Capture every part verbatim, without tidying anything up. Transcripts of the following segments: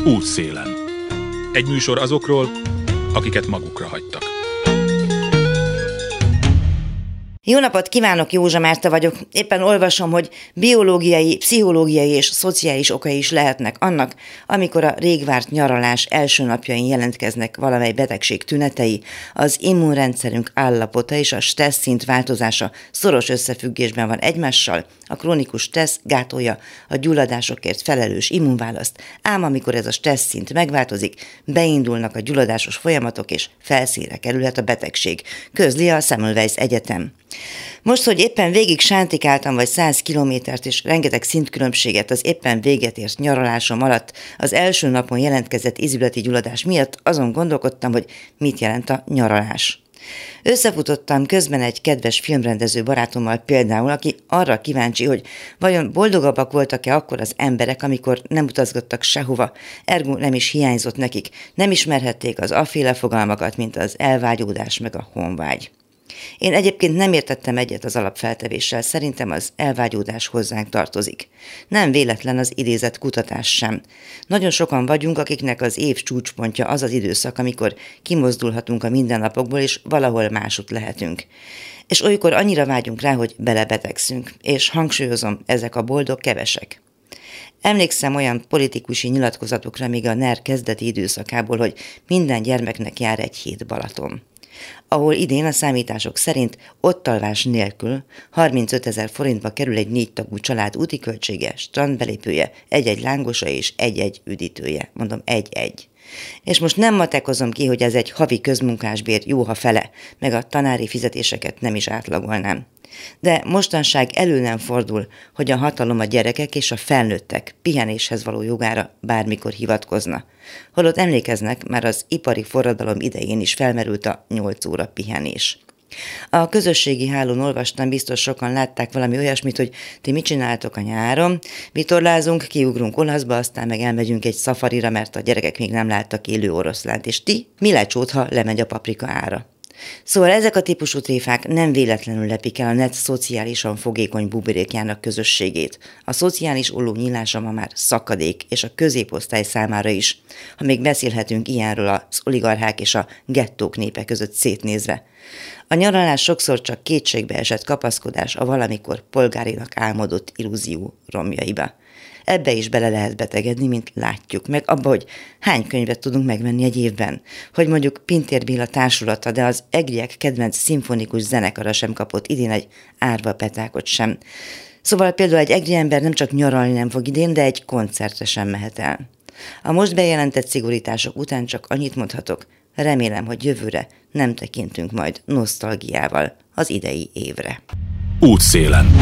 Útszélen. Egy műsor azokról, akiket magukra hagytak. Jó napot kívánok, Józsa Márta vagyok. Éppen olvasom, hogy biológiai, pszichológiai és szociális okai is lehetnek annak, amikor a rég várt nyaralás első napjain jelentkeznek valamely betegség tünetei, az immunrendszerünk állapota és a stressz szint változása szoros összefüggésben van egymással, a krónikus stressz gátolja a gyulladásokért felelős immunválaszt, ám amikor ez a stressz szint megváltozik, beindulnak a gyulladásos folyamatok és felszínre kerülhet a betegség, közli a Semmelweis Egyetem. Most, hogy éppen végig sántikáltam vagy száz kilométert és rengeteg szintkülönbséget az éppen véget ért nyaralásom alatt, az első napon jelentkezett ízületi gyulladás miatt azon gondolkodtam, hogy mit jelent a nyaralás. Összefutottam közben egy kedves filmrendező barátommal például, aki arra kíváncsi, hogy vajon boldogabbak voltak-e akkor az emberek, amikor nem utazgattak sehova, ergo nem is hiányzott nekik, nem ismerhették az afféle fogalmakat, mint az elvágyódás meg a honvágy. Én egyébként nem értettem egyet az alapfeltevéssel, szerintem az elvágyódás hozzánk tartozik. Nem véletlen az idézett kutatás sem. Nagyon sokan vagyunk, akiknek az év csúcspontja az az időszak, amikor kimozdulhatunk a mindennapokból, és valahol másút lehetünk. És olykor annyira vágyunk rá, hogy belebetegszünk, és hangsúlyozom, ezek a boldog kevesek. Emlékszem olyan politikusi nyilatkozatokra még a NER kezdeti időszakából, hogy minden gyermeknek jár egy hét Balaton, ahol idén a számítások szerint ottalvás nélkül harmincötezer forintba kerül egy négy tagú család úti költsége, strandbelépője, egy-egy lángosa és egy-egy üdítője. Mondom, egy-egy. És most nem matekozom ki, hogy ez egy havi közmunkásbér jó, ha fele, meg a tanári fizetéseket nem is átlagolnám. De mostanság elő nem fordul, hogy a hatalom a gyerekek és a felnőttek pihenéshez való jogára bármikor hivatkozna. Holott emlékeznek, már az ipari forradalom idején is felmerült a nyolc óra pihenés. A közösségi hálón olvastam, biztos sokan látták valami olyasmit, hogy ti mit csináltok a nyáron, vitorlázunk, kiugrunk olaszba, aztán meg elmegyünk egy szafarira, mert a gyerekek még nem láttak élő oroszlánt, és ti mi lecsót, ha lemegy a paprika ára. Szóval ezek a típusú tréfák nem véletlenül lepik el a net szociálisan fogékony buborékjának közösségét. A szociális olló nyílása ma már szakadék, és a középosztály számára is, ha még beszélhetünk ilyenről az oligarchák és a gettók népe között szétnézve. A nyaralás sokszor csak kétségbe esett kapaszkodás a valamikor polgárinak álmodott illúzió romjaiba. Ebbe is bele lehet betegedni, mint látjuk, meg abba, hogy hány könyvet tudunk megvenni egy évben, hogy mondjuk Pintér Béla társulata, de az egriek kedvenc szimfonikus zenekara sem kapott idén egy árva petákot sem. Szóval például egy egri ember nem csak nyaralni nem fog idén, de egy koncertre sem mehet el. A most bejelentett szigorítások után csak annyit mondhatok, remélem, hogy jövőre nem tekintünk majd nosztalgiával az idei évre. Útszélen.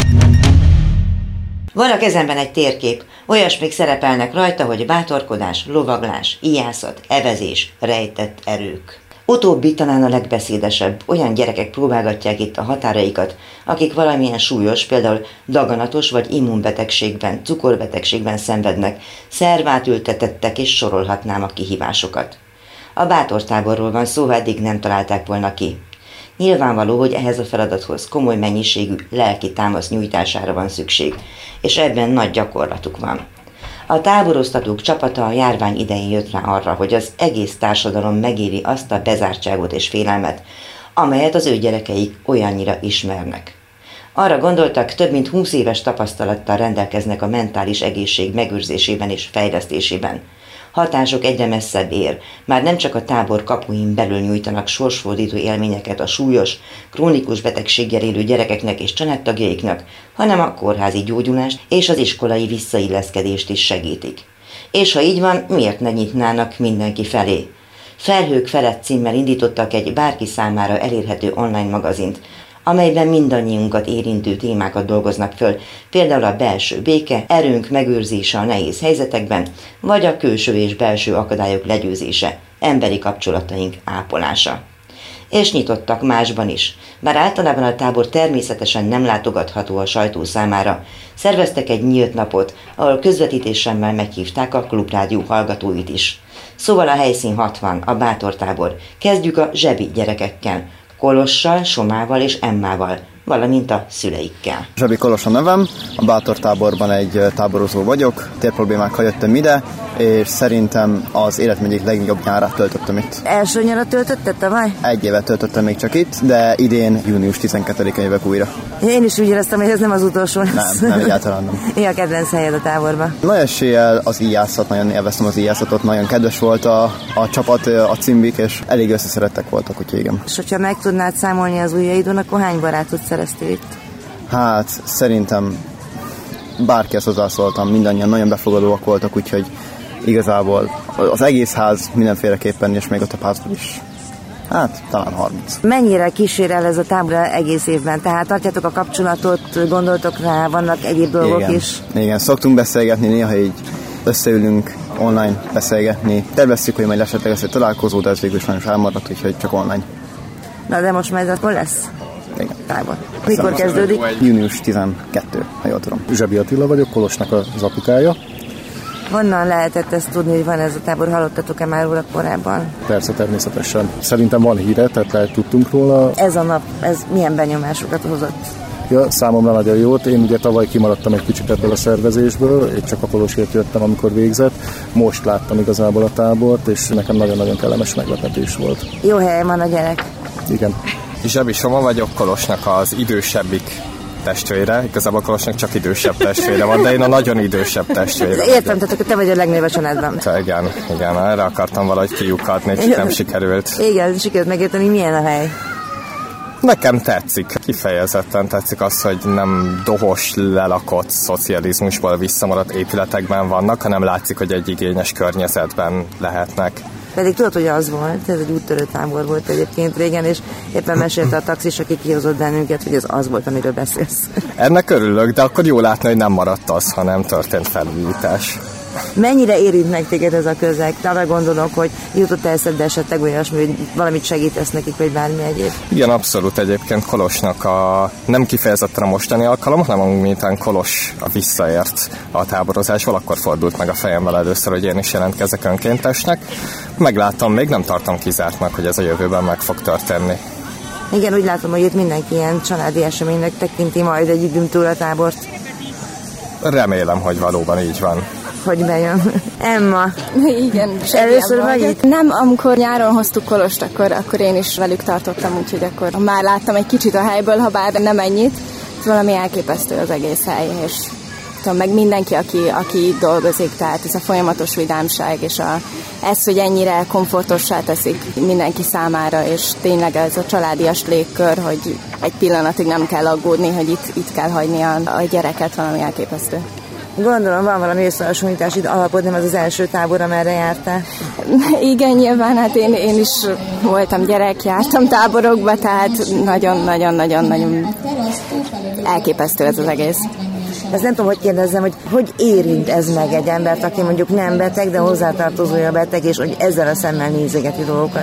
Van a kezemben egy térkép, olyasmik szerepelnek rajta, hogy bátorkodás, lovaglás, ijászat, evezés, rejtett erők. Utóbbi talán a legbeszédesebb, olyan gyerekek próbálgatják itt a határaikat, akik valamilyen súlyos, például daganatos vagy immunbetegségben, cukorbetegségben szenvednek, szervátültetettek és sorolhatnám a kihívásokat. A bátortáborról van szó, eddig nem találták volna ki. Nyilvánvaló, hogy ehhez a feladathoz komoly mennyiségű lelki támasz nyújtására van szükség, és ebben nagy gyakorlatuk van. A táboroztatók csapata a járvány idején jött rá arra, hogy az egész társadalom megéri azt a bezártságot és félelmet, amelyet az ő gyerekeik olyannyira ismernek. Arra gondoltak, több mint húsz éves tapasztalattal rendelkeznek a mentális egészség megőrzésében és fejlesztésében. Hatások egyre messzebb ér, már nem csak a tábor kapuin belül nyújtanak sorsfordító élményeket a súlyos, krónikus betegséggel élő gyerekeknek és családtagjaiknak, hanem a kórházi gyógyulást és az iskolai visszailleszkedést is segítik. És ha így van, miért ne nyitnának mindenki felé? Felhők felett címmel indítottak egy bárki számára elérhető online magazint, amelyben mindannyiunkat érintő témákat dolgoznak föl, például a belső béke, erőnk megőrzése a nehéz helyzetekben, vagy a külső és belső akadályok legyőzése, emberi kapcsolataink ápolása. És nyitottak másban is. Bár általában a tábor természetesen nem látogatható a sajtó számára, szerveztek egy nyílt napot, ahol közvetítésemmel meghívták a klubrádió hallgatóit is. Szóval a helyszín hatvan, a bátortábor. Kezdjük a zsebi gyerekekkel. Kolossal, Somával és Emmával, valamint a szüleikkel. Zsebi Kolos a nevem, a bátortáborban egy táborozó vagyok, térproblémákkal jöttem ide, és szerintem az életem egyik legjobb nyárát töltöttem itt. Első nyarat töltötted tavaly? Egy évet töltöttem még csak itt, de idén június tizenkettedikén jövök újra. Én is úgy éreztem, hogy ez nem az utolsó lesz. Nem, nem egyáltalán nem. Mi a kedvenc helyed a táborban? Nagy eséllyel az íjászat, nagyon élveztem az íjászatot, nagyon kedves volt a, a csapat, a cimbik, és elég összeszerettek voltak, úgyhogy igen. És hogyha meg tudnád számolni az ujjaidon, akkor hány barátot szereztél itt? Hát szerintem bárkihez hozzászóltam, mindannyian nagyon befogadóak voltak, úgyhogy igazából az egész ház mindenféleképpen, és még a több házban is. Hát, talán harminc. Mennyire kísér el ez a tábor egész évben? Tehát tartjátok a kapcsolatot, gondoltok rá, vannak egyéb dolgok igen, is? Igen, szoktunk beszélgetni, néha így összeülünk online beszélgetni. Tervezzük, hogy majd esetleg lesz egy találkozó, de ez végül is nagyon elmaradt, úgyhogy csak online. Na de most már ez akkor lesz? Igen. Tábor. Mikor kezdődik? június tizenkettő, ha jól tudom. Zsebi Attila vagyok, Kolosnak az apukája. Honnan lehetett ezt tudni, hogy van ez a tábor? Hallottatok-e már róla korábban? Persze, természetesen. Szerintem van híre, tehát lehet tudtunk róla. Ez a nap, ez milyen benyomásokat hozott? Ja, számomra nagyon jót. Én ugye tavaly kimaradtam egy kicsit ebből a szervezésből, én csak a Kolosért jöttem, amikor végzett. Most láttam igazából a tábort, és nekem nagyon-nagyon kellemes meglepetés volt. Jó helyen van a gyerek. Igen. Zsebi Soma vagyok, Kolosnak az idősebbik testvére. Igazából Kolosnak csak idősebb testvére van, de én a nagyon idősebb testvére. Értem, tehát te vagy a legnagyobb a családban. Igen, igen, erre akartam valahogy kiukadni, csak nem sikerült. Igen, sikerült megérteni, milyen a hely. Nekem tetszik, kifejezetten tetszik az, hogy nem dohos, lelakott szocializmusból visszamaradt épületekben vannak, hanem látszik, hogy egy igényes környezetben lehetnek. Pedig tudod, hogy az volt, ez egy úttörő tábor volt egyébként régen, és éppen mesélte a taxis, aki kihozott bennünket, hogy ez az volt, amiről beszélsz. Ennek örülök, de akkor jó látni, hogy nem maradt az, hanem történt felújítás. Mennyire érint meg téged ez a közeg? Arra gondolok, hogy jutott eszedbe esetleg olyasmi, hogy valamit segítesz nekik, vagy bármi egyéb? Igen, abszolút egyébként Kolosnak a nem kifejezetten a mostani alkalom, hanem miután Kolos a visszaért a táborozásból, akkor fordult meg a fejemmel először, hogy én is jelentkezek önkéntesnek. Megláttam, még nem tartom kizártnak, hogy ez a jövőben meg fog történni. Igen, úgy látom, hogy itt mindenki ilyen családi eseménynek tekinti majd egy időn túl a tábort. Remélem, hogy valóban így van. Hogy bejön. Emma. Igen. Először vagy itt? Nem, amikor nyáron hoztuk Kolost, akkor, akkor én is velük tartottam, úgyhogy akkor már láttam egy kicsit a helyből, ha bár nem ennyit. Valami elképesztő az egész hely, és tudom, meg mindenki, aki, aki itt dolgozik, tehát ez a folyamatos vidámság, és a, ez, hogy ennyire komfortossá teszik mindenki számára, és tényleg ez a családias légkör, hogy egy pillanatig nem kell aggódni, hogy itt, itt kell hagyni a, a gyereket, valami elképesztő. Gondolom, van valami összehasonlítás, itt alapod nem az az első tábor, amerre jártál? Igen, nyilván, hát én, én is voltam gyerek, jártam táborokba, tehát nagyon-nagyon-nagyon-nagyon elképesztő ez az egész. Ezt nem tudom, hogy kérdezzem, hogy hogy érint ez meg egy embert, aki mondjuk nem beteg, de hozzátartozója beteg, és hogy ezzel a szemmel nézegeti dolgokat?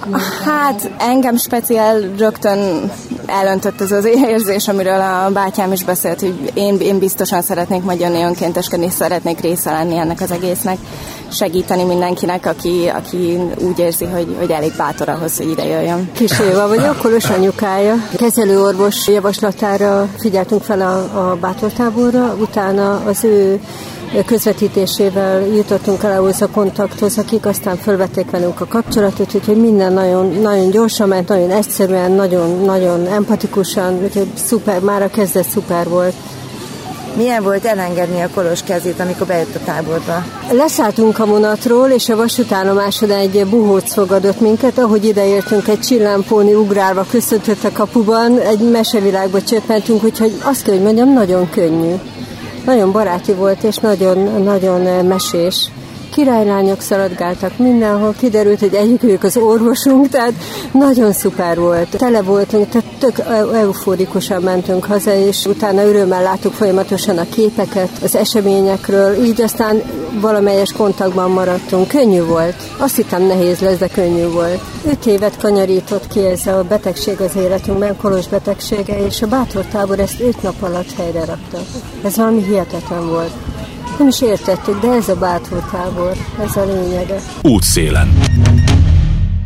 Hát engem speciál rögtön elöntött ez az érzés, amiről a bátyám is beszélt, hogy én, én biztosan szeretnék majd jönni önkénteskedni, szeretnék része lenni ennek az egésznek, segíteni mindenkinek, aki, aki úgy érzi, hogy, hogy elég bátor ahhoz, hogy ide jöjjön. Kis Éva vagyok, Kolos anyukája. Kezelőorvos javaslatára figyeltünk fel a, a bátortáborra, utána az ő közvetítésével jutottunk el ahhoz a kontakthoz, akik aztán felvették velünk a kapcsolatot, úgyhogy minden nagyon, nagyon gyorsan ment, nagyon egyszerűen, nagyon, nagyon empatikusan, úgyhogy szuper, már a kezdet szuper volt. Milyen volt elengedni a Kolos kezét, amikor bejött a táborba? Leszálltunk a vonatról, és a vasútállomáson egy buhóc fogadott minket, ahogy ideértünk, egy csillámpóni ugrálva köszöntött a kapuban, egy mesevilágba csöppentünk, úgyhogy azt kell, hogy mondjam, nagyon könnyű. Nagyon baráti volt, és nagyon, nagyon mesés. Királylányok szaladgáltak mindenhol, kiderült, hogy egyikük az orvosunk, tehát nagyon szuper volt. Tele voltunk, tehát tök euforikusan mentünk haza, és utána örömmel láttuk folyamatosan a képeket az eseményekről, így aztán valamelyes kontaktban maradtunk. Könnyű volt. Azt hittem nehéz lesz, de könnyű volt. Öt évet kanyarított ki ez a betegség az életünkben, Kolos betegsége, és a bátortábor ezt öt nap alatt helyre rakta. Ez valami hihetetlen volt. Nem is értettük, de ez a bátortábor, ez a lényege. Útszélen.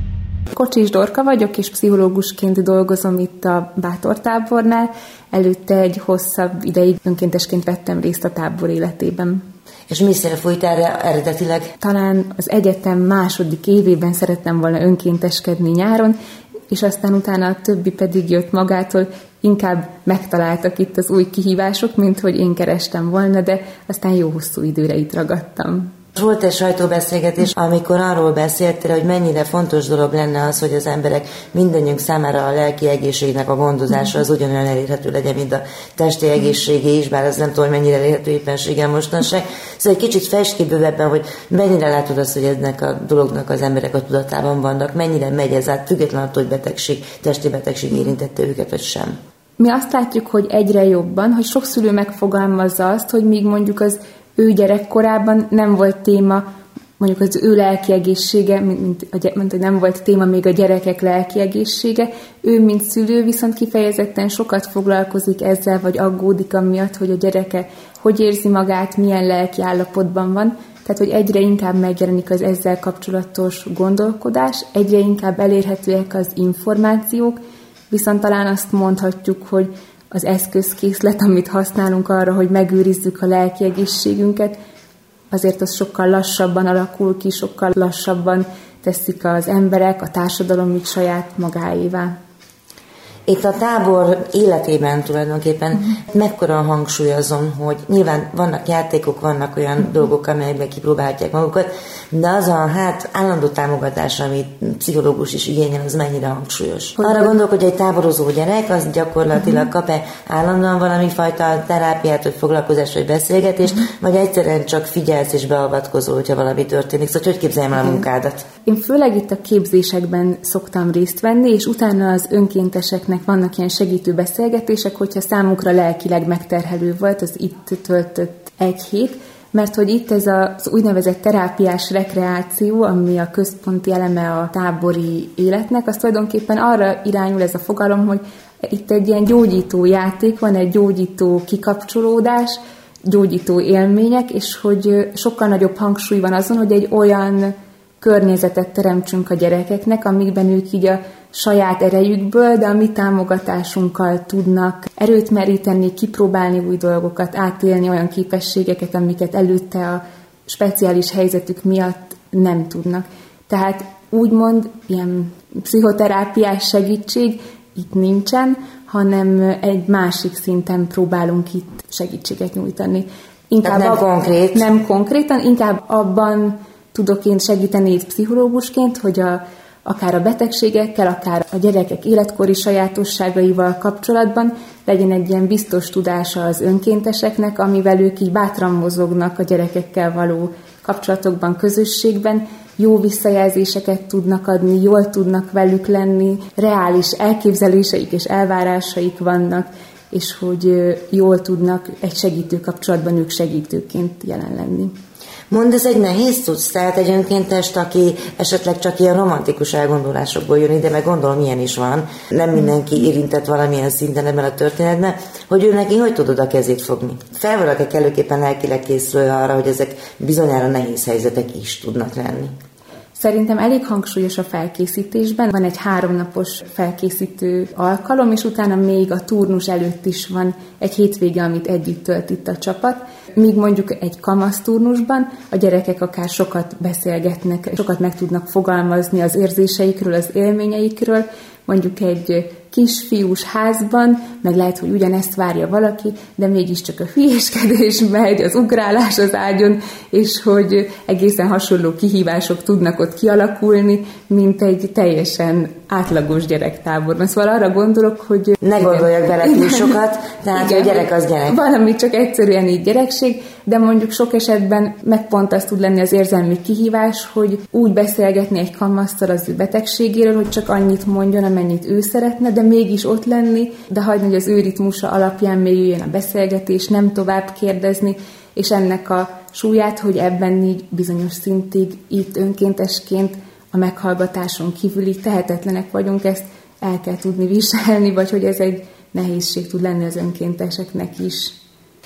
Kocsis Dorka vagyok, és pszichológusként dolgozom itt a Bátortábornál. Előtte egy hosszabb ideig önkéntesként vettem részt a tábor életében. És mi fújt erre eredetileg? Talán az egyetem második évében szerettem volna önkénteskedni nyáron, és aztán utána a többi pedig jött magától, inkább megtaláltak itt az új kihívások, mint hogy én kerestem volna, de aztán jó hosszú időre itt ragadtam. Volt egy sajtóbeszélgetés, amikor arról beszéltél, hogy mennyire fontos dolog lenne az, hogy az emberek mindannyiunk számára a lelki egészségnek a gondozása az ugyanolyan elérhető legyen, mint a testi egészségé is, bár ez nem tudom, hogy mennyire elérhető éppenséggel mostanság. Szóval egy kicsit fejtsd ki bővebben, hogy mennyire látod azt, hogy ennek a dolognak az emberek a tudatában vannak, mennyire megy ez át, független attól, hogy betegség, testi betegség érintette őket, vagy sem. Mi azt látjuk, hogy egyre jobban, hogy sok szülő megfogalmazza azt, hogy míg mondjuk az ő gyerekkorában nem volt téma, mondjuk az ő lelki egészsége, mint, mint, mint hogy nem volt téma még a gyerekek lelki egészsége, ő, mint szülő viszont kifejezetten sokat foglalkozik ezzel, vagy aggódik amiatt, hogy a gyereke hogy érzi magát, milyen lelki állapotban van. Tehát, hogy egyre inkább megjelenik az ezzel kapcsolatos gondolkodás, egyre inkább elérhetőek az információk, viszont talán azt mondhatjuk, hogy az eszközkészlet, amit használunk arra, hogy megőrizzük a lelki egészségünket, azért az sokkal lassabban alakul ki, sokkal lassabban teszik az emberek, a társadalom így saját magáévá. Itt a tábor életében tulajdonképpen uh-huh. mekkora hangsúlyozom, hogy nyilván vannak játékok, vannak olyan uh-huh. dolgok, amelyekben kipróbálják magukat, de az a hát állandó támogatás, amit pszichológus is igényel, az mennyire hangsúlyos. Hogy arra gondolok, hogy egy táborozó gyerek, az gyakorlatilag uh-huh. kap-e állandóan valami fajta terápiát, vagy foglalkozást, vagy beszélgetést, uh-huh. vagy egyszerűen csak figyelsz és beavatkozol, hogyha valami történik. Szóval hogy képzeljem el a munkádat? Én főleg itt a képzésekben szoktam részt venni, és utána az önkénteseknek vannak ilyen segítő beszélgetések, hogyha számukra lelkileg megterhelő volt, az itt töltött egy hét, mert hogy itt ez az úgynevezett terápiás rekreáció, ami a központi eleme a tábori életnek, az tulajdonképpen arra irányul ez a fogalom, hogy itt egy ilyen gyógyító játék van, egy gyógyító kikapcsolódás, gyógyító élmények, és hogy sokkal nagyobb hangsúly van azon, hogy egy olyan környezetet teremtsünk a gyerekeknek, amikben ők így a saját erejükből, de a mi támogatásunkkal tudnak erőt meríteni, kipróbálni új dolgokat, átélni olyan képességeket, amiket előtte a speciális helyzetük miatt nem tudnak. Tehát úgymond ilyen pszichoterápiás segítség itt nincsen, hanem egy másik szinten próbálunk itt segítséget nyújtani. Inkább nem, ab, konkrét. nem konkrétan, inkább abban tudok én segíteni itt pszichológusként, hogy a, akár a betegségekkel, akár a gyerekek életkori sajátosságaival kapcsolatban legyen egy ilyen biztos tudása az önkénteseknek, amivel ők így bátran mozognak a gyerekekkel való kapcsolatokban, közösségben, jó visszajelzéseket tudnak adni, jól tudnak velük lenni, reális elképzeléseik és elvárásaik vannak, és hogy jól tudnak egy segítő kapcsolatban ők segítőként jelen lenni. Mondd, ez egy nehéz tudsz, tehát egy önkéntest, aki esetleg csak ilyen romantikus elgondolásokból jön ide, meg gondolom ilyen is van, nem mindenki érintett valamilyen szinten ebben a történetben, hogy ő neki hogy tudod a kezét fogni? Fel vannak-e kellőképpen lelkileg készülve arra, hogy ezek bizonyára nehéz helyzetek is tudnak lenni? Szerintem elég hangsúlyos a felkészítésben. Van egy háromnapos felkészítő alkalom, és utána még a turnus előtt is van egy hétvége, amit együtt tölt itt a csapat. Míg mondjuk egy kamasz turnusban a gyerekek akár sokat beszélgetnek, sokat meg tudnak fogalmazni az érzéseikről, az élményeikről, mondjuk egy kisfiús házban, meg lehet, hogy ugyanezt várja valaki, de mégiscsak a hülyéskedés megy, az ugrálás az ágyon, és hogy egészen hasonló kihívások tudnak ott kialakulni, mint egy teljesen átlagos gyerektáborban. Szóval arra gondolok, hogy... Ne gondoljak bele túl sokat, tehát igen, a gyerek az gyerek. Valami csak egyszerűen így gyerekség, de mondjuk sok esetben meg pont az tud lenni az érzelmi kihívás, hogy úgy beszélgetni egy kamasztal az ő betegségéről, hogy csak annyit mondjon, amennyit ő szeretne, de mégis ott lenni, de hagyni, hogy az ő ritmusa alapján mélyüljön a beszélgetés, nem tovább kérdezni, és ennek a súlyát, hogy ebben így bizonyos szintig itt önkéntesként a meghallgatáson kívüli tehetetlenek vagyunk, ezt el kell tudni viselni, vagy hogy ez egy nehézség tud lenni az önkénteseknek is.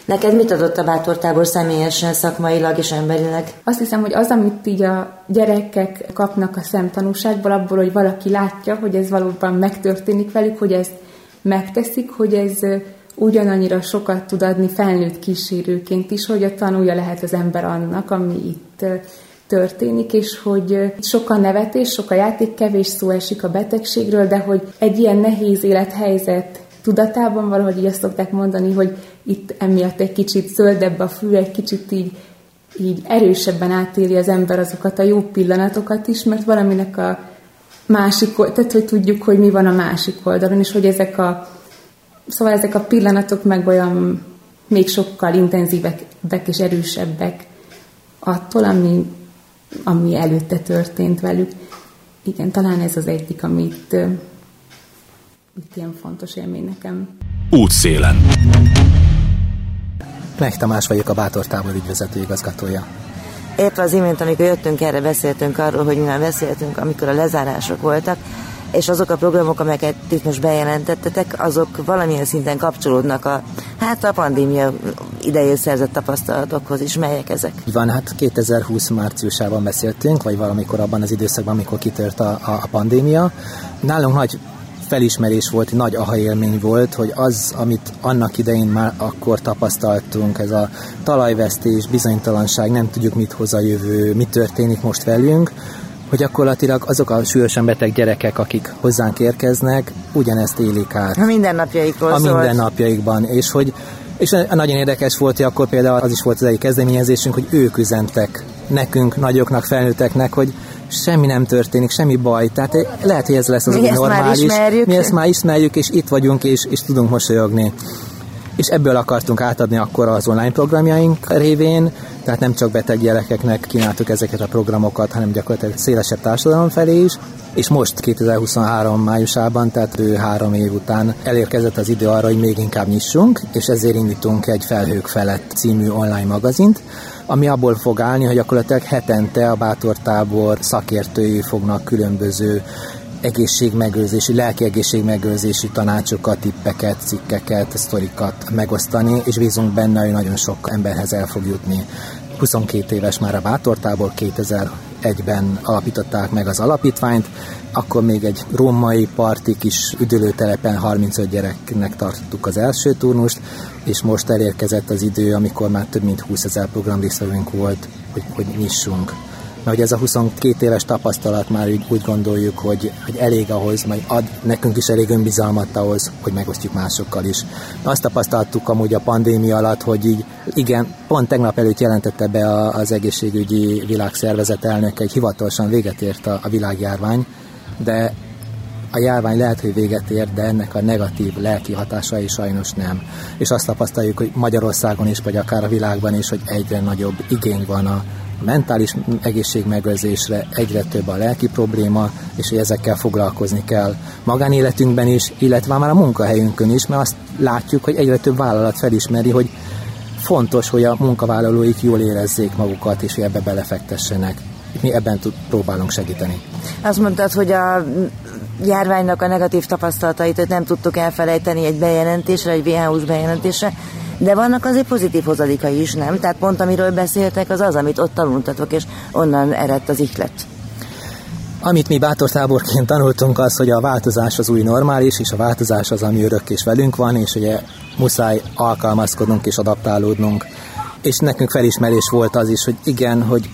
Neked mit adott a bátortábor személyesen, szakmailag és emberileg? Azt hiszem, hogy az, amit így a gyerekek kapnak a szemtanúságból, abból, hogy valaki látja, hogy ez valóban megtörténik velük, hogy ezt megteszik, hogy ez ugyanannyira sokat tud adni felnőtt kísérőként is, hogy a tanulja lehet az ember annak, ami itt történik, és hogy sok a nevetés, sok a játék, kevés szó esik a betegségről, de hogy egy ilyen nehéz élethelyzet tudatában valahogy így azt szokták mondani, hogy itt emiatt egy kicsit zöldebb a fül, egy kicsit így, így erősebben átéli az ember azokat a jó pillanatokat is, mert valaminek a másik, tehát hogy tudjuk, hogy mi van a másik oldalon, és hogy ezek a szóval ezek a pillanatok meg olyan még sokkal intenzívebbek és erősebbek attól, ami, ami előtte történt velük. Igen, talán ez az egyik, amit itt ilyen fontos élmény nekem. Útszélen. Knecht Tamás vagyok, a Bátortábor ügyvezető igazgatója. Épp az imént, amikor jöttünk erre, beszéltünk arról, hogy mi már beszéltünk, amikor a lezárások voltak, és azok a programok, amelyeket itt most bejelentettetek, azok valamilyen szinten kapcsolódnak a, hát a pandémia idején szerzett tapasztalatokhoz is. Melyek ezek? Van, hát kétezer-húsz márciusában beszéltünk, vagy valamikor abban az időszakban, amikor kitört a, a, a pandémia. Nálunk nagy felismerés volt, nagy aha élmény volt, hogy az, amit annak idején már akkor tapasztaltunk, ez a talajvesztés, bizonytalanság, nem tudjuk, mit hoz a jövő, mi történik most velünk, hogy gyakorlatilag azok a súlyosan beteg gyerekek, akik hozzánk érkeznek, ugyanezt élik át. A mindennapjaikról A szólt. mindennapjaikban, és hogy és nagyon érdekes volt, hogy akkor például az is volt az egyik kezdeményezésünk, hogy ők üzentek nekünk, nagyoknak, felnőtteknek, hogy semmi nem történik, semmi baj. Tehát lehet, hogy ez lesz az, ami normális. Mi ezt már ismerjük, és itt vagyunk, és, és tudunk mosolyogni. És ebből akartunk átadni akkor az online programjaink révén, tehát nem csak beteg gyerekeknek kínáltuk ezeket a programokat, hanem gyakorlatilag szélesebb társadalom felé is, és most kétezer-huszonhárom májusában, tehát ő három év után elérkezett az idő arra, hogy még inkább nyissunk, és ezért indítunk egy Felhők felett című online magazint, ami abból fog állni, hogy gyakorlatilag hetente a Bátortábor szakértői fognak különböző egészségmegőrzési, lelki egészségmegőrzési tanácsokat, tippeket, cikkeket, sztorikat megosztani, és bízunk benne, hogy nagyon sok emberhez el fog jutni. huszonkét éves már a Bátortábor, kétezer-egyben alapították meg az alapítványt, akkor még egy római parti kis üdülőtelepen harmincöt gyereknek tartottuk az első turnust, és most elérkezett az idő, amikor már több mint húszezer program résztvevőnk volt, hogy, hogy nyissunk. Mert hogy ez a huszonkét éves tapasztalat már úgy, úgy gondoljuk, hogy, hogy elég ahhoz, majd ad nekünk is elég önbizalmat ahhoz, hogy megosztjuk másokkal is. Azt tapasztaltuk amúgy a pandémia alatt, hogy így igen, pont tegnap előtt jelentette be az egészségügyi világszervezet elnöke, hogy hivatalosan véget ért a, a világjárvány, de a járvány lehet, hogy véget ér, de ennek a negatív lelki hatásai sajnos nem. És azt tapasztaljuk, hogy Magyarországon is, vagy akár a világban is, hogy egyre nagyobb igény van a mentális egészségmegőrzésre, egyre több a lelki probléma, és hogy ezekkel foglalkozni kell magánéletünkben is, illetve már a munkahelyünkön is, mert azt látjuk, hogy egyre több vállalat felismeri, hogy fontos, hogy a munkavállalóik jól érezzék magukat, és hogy ebbe belefektessenek. Mi ebben tud, próbálunk segíteni. Azt mondtad, hogy a járványnak a negatív tapasztalatait nem tudtuk elfelejteni egy bejelentésre, egy vé há ó-s bejelentésre, de vannak azért pozitív hozadékai is, nem? Tehát pont amiről beszéltek, az az, amit ott tanultatok, és onnan eredt az ihlet. Amit mi Bátortáborként tanultunk, az, hogy a változás az új normális, és a változás az, ami örök és velünk van, és ugye muszáj alkalmazkodnunk és adaptálódnunk. És nekünk felismerés volt az is, hogy igen, hogy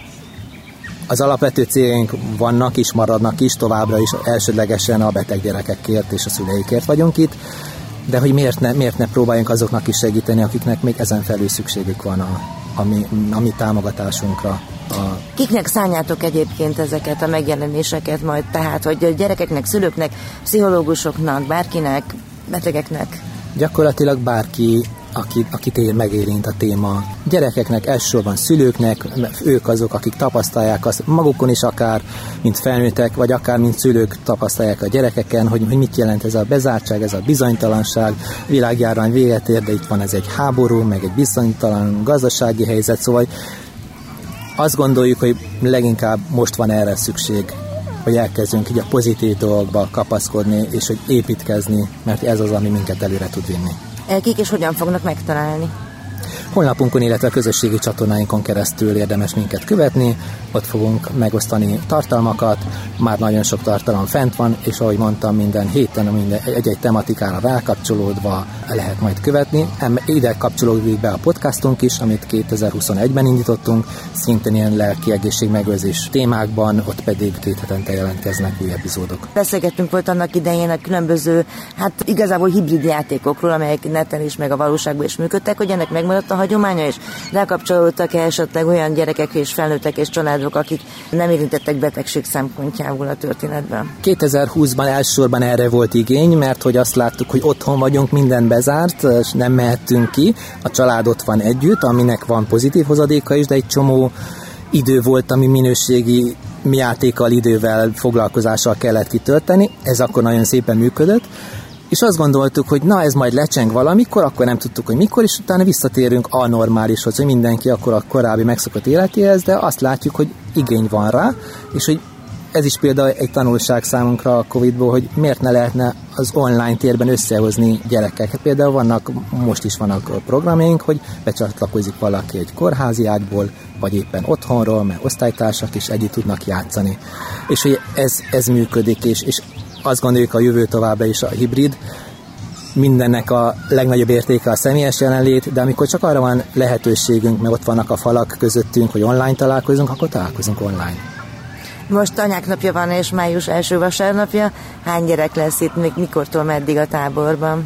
az alapvető céljaink vannak is, maradnak is, továbbra is elsődlegesen a beteg gyerekekért és a szüleikért vagyunk itt, de hogy miért ne, miért ne próbáljunk azoknak is segíteni, akiknek még ezen felül szükségük van a, a, mi, a mi támogatásunkra. A... Kiknek szánjátok egyébként ezeket a megjelenéseket majd? Tehát, hogy gyerekeknek, szülőknek, pszichológusoknak, bárkinek, betegeknek? Gyakorlatilag bárki, aki, akit ér, megérint a téma. Gyerekeknek, elsősorban szülőknek, ők azok, akik tapasztalják azt magukon is akár, mint felnőttek, vagy akár mint szülők tapasztalják a gyerekeken, hogy, hogy mit jelent ez a bezártság, ez a bizonytalanság, világjárvány véget ér, de itt van ez egy háború, meg egy bizonytalan gazdasági helyzet, szóval azt gondoljuk, hogy leginkább most van erre szükség, hogy elkezdjünk így a pozitív dolgokba kapaszkodni, és hogy építkezni, mert ez az, ami minket előre tud vinni. Kik és hogyan fognak megtalálni? Honlapunkon, illetve a közösségi csatornáinkon keresztül érdemes minket követni, ott fogunk megosztani tartalmakat, már nagyon sok tartalom fent van, és ahogy mondtam, minden héten minden, egy-egy tematikára rákapcsolódva lehet majd követni. Ide kapcsolódik be a podcastunk is, amit kétezer-huszonegyben indítottunk, szintén ilyen lelki egészségmegőrzés témákban, ott pedig két hetente jelentkeznek új epizódok. Beszélgettünk volt annak idején a különböző, hát igazából hibrid játékokról, amelyek neten is, meg a valóságban is működtek, hogy ennek megmaradt a hagyománya, és rákapcsolódtak-e esetleg olyan gyerekek és felnőttek és családok, akik nem érintettek betegség szempontjából a történetben? kétezer-húszban elsősorban erre volt igény, mert hogy azt láttuk, hogy otthon vagyunk, minden bezárt, és nem mehettünk ki, a család ott van együtt, aminek van pozitív hozadéka is, de egy csomó idő volt, ami minőségi játékkal, idővel, foglalkozással kellett kitölteni, ez akkor nagyon szépen működött, és azt gondoltuk, hogy na ez majd lecseng valamikor, akkor nem tudtuk, hogy mikor, és utána visszatérünk a normálishoz, hogy mindenki akkor a korábbi megszokott életéhez, de azt látjuk, hogy igény van rá, és hogy ez is például egy tanulság számunkra a Covidból, hogy miért ne lehetne az online térben összehozni gyerekeket. Például vannak, most is vannak programjaink, hogy becsatlakozik valaki egy kórházi ágyból, vagy éppen otthonról, mert osztálytársak is együtt tudnak játszani. És hogy ez, ez működik, és, és azt gondoljuk a jövő továbbra is a hibrid, mindennek a legnagyobb értéke a személyes jelenlét, de amikor csak arra van lehetőségünk, mert ott vannak a falak közöttünk, hogy online találkozunk, akkor találkozunk online. Most anyák napja van, és május első vasárnapja. Hány gyerek lesz itt, még mikortól meddig a táborban?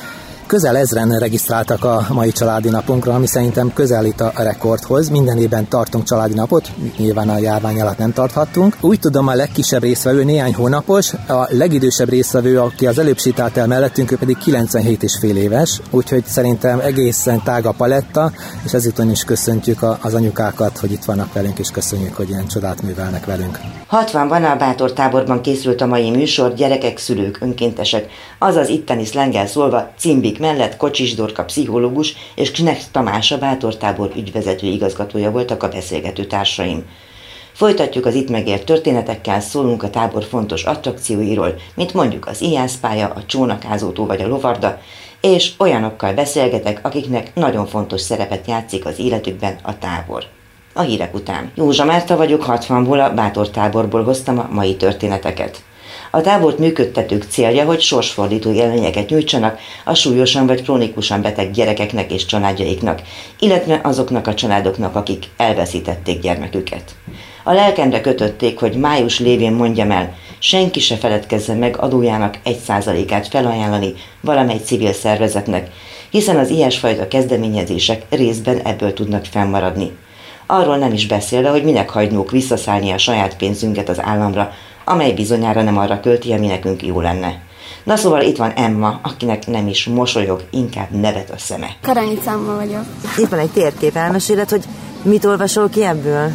Közel ezren regisztráltak a mai családi napunkra, ami szerintem közelít a rekordhoz. Minden évben tartunk családi napot, nyilván a járvány alatt nem tarthattunk. Úgy tudom, a legkisebb résztvevő néhány hónapos, a legidősebb résztvevő, aki az előbb sétált el mellettünk, ő pedig kilencvenhét és fél éves, úgyhogy szerintem egészen tág a paletta, és ezúton is köszöntjük az anyukákat, hogy itt vannak velünk, és köszönjük, hogy ilyen csodát művelnek velünk. hatvanban a Bátor táborban készült a mai műsor, gyerekek, szülők, önkéntesek, azaz itteni szlenggel szólva Cimbik mellett Kocsis Dorka pszichológus és Knecht Tamás a Bátor tábor ügyvezető igazgatója voltak a beszélgető társaim. Folytatjuk az itt megért történetekkel, szólunk a tábor fontos attrakcióiról, mint mondjuk az íjászpálya, a csónakázótó vagy a lovarda, és olyanokkal beszélgetek, akiknek nagyon fontos szerepet játszik az életükben a tábor. A hírek után. Józsa Márta vagyok, hatvanból a Bátor táborból hoztam a mai történeteket. A tábort működtetők célja, hogy sorsfordító élményeket nyújtsanak a súlyosan vagy krónikusan beteg gyerekeknek és családjaiknak, illetve azoknak a családoknak, akik elveszítették gyermeküket. A lelkemre kötötték, hogy május lévén mondjam el, senki se feledkezzen meg adójának egy százalékát felajánlani valamely civil szervezetnek, hiszen az ilyesfajta kezdeményezések részben ebből tudnak fennmaradni. Arról nem is beszélve, hogy minek hagynók visszaszállni a saját pénzünket az államra, amely bizonyára nem arra költi, ami nekünk jó lenne. Na szóval itt van Emma, akinek nem is mosolyog, inkább nevet a szeme. Karanyicámmal vagyok. Itt van egy térkép, elmeséled, hogy mit olvasol ki ebből?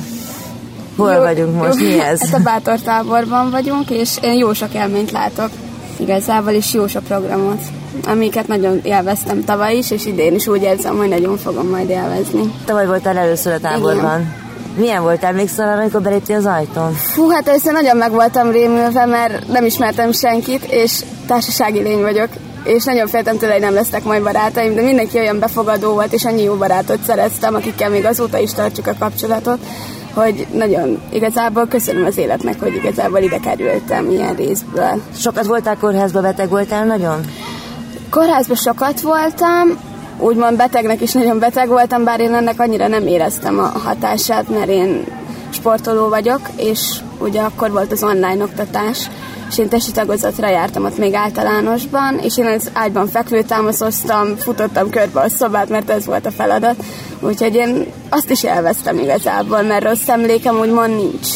Hol jó, vagyunk most, jó, mi ez? Hát a Bátor táborban vagyunk, és én jó sok élményt látok igazából, és jó sok programot, amiket nagyon élveztem tavaly is, és idén is úgy érzem, hogy nagyon fogom majd élvezni. Tavaly voltál először a táborban. Igen. Milyen volt, emlékszel arra, amikor beléptél az ajtón? Fú, hát először nagyon meg voltam rémülve, mert nem ismertem senkit, és társasági lény vagyok, és nagyon féltem tőle, hogy nem lesznek majd barátaim, de mindenki olyan befogadó volt, és annyi jó barátot szereztem, akikkel még azóta is tartjuk a kapcsolatot, hogy nagyon igazából köszönöm az életnek, hogy igazából ide kerültem ilyen részből. Sokat voltál kórházba, beteg voltál nagyon? Kórházban sokat voltam, úgymond betegnek is nagyon beteg voltam, bár én ennek annyira nem éreztem a hatását, mert én sportoló vagyok, és ugye akkor volt az online oktatás, és én testi tagozatra jártam ott még általánosban, és én az ágyban fekvőtámaszoztam, futottam körbe a szobát, mert ez volt a feladat, úgyhogy én azt is élveztem igazából, mert rossz emlékem úgymond nincs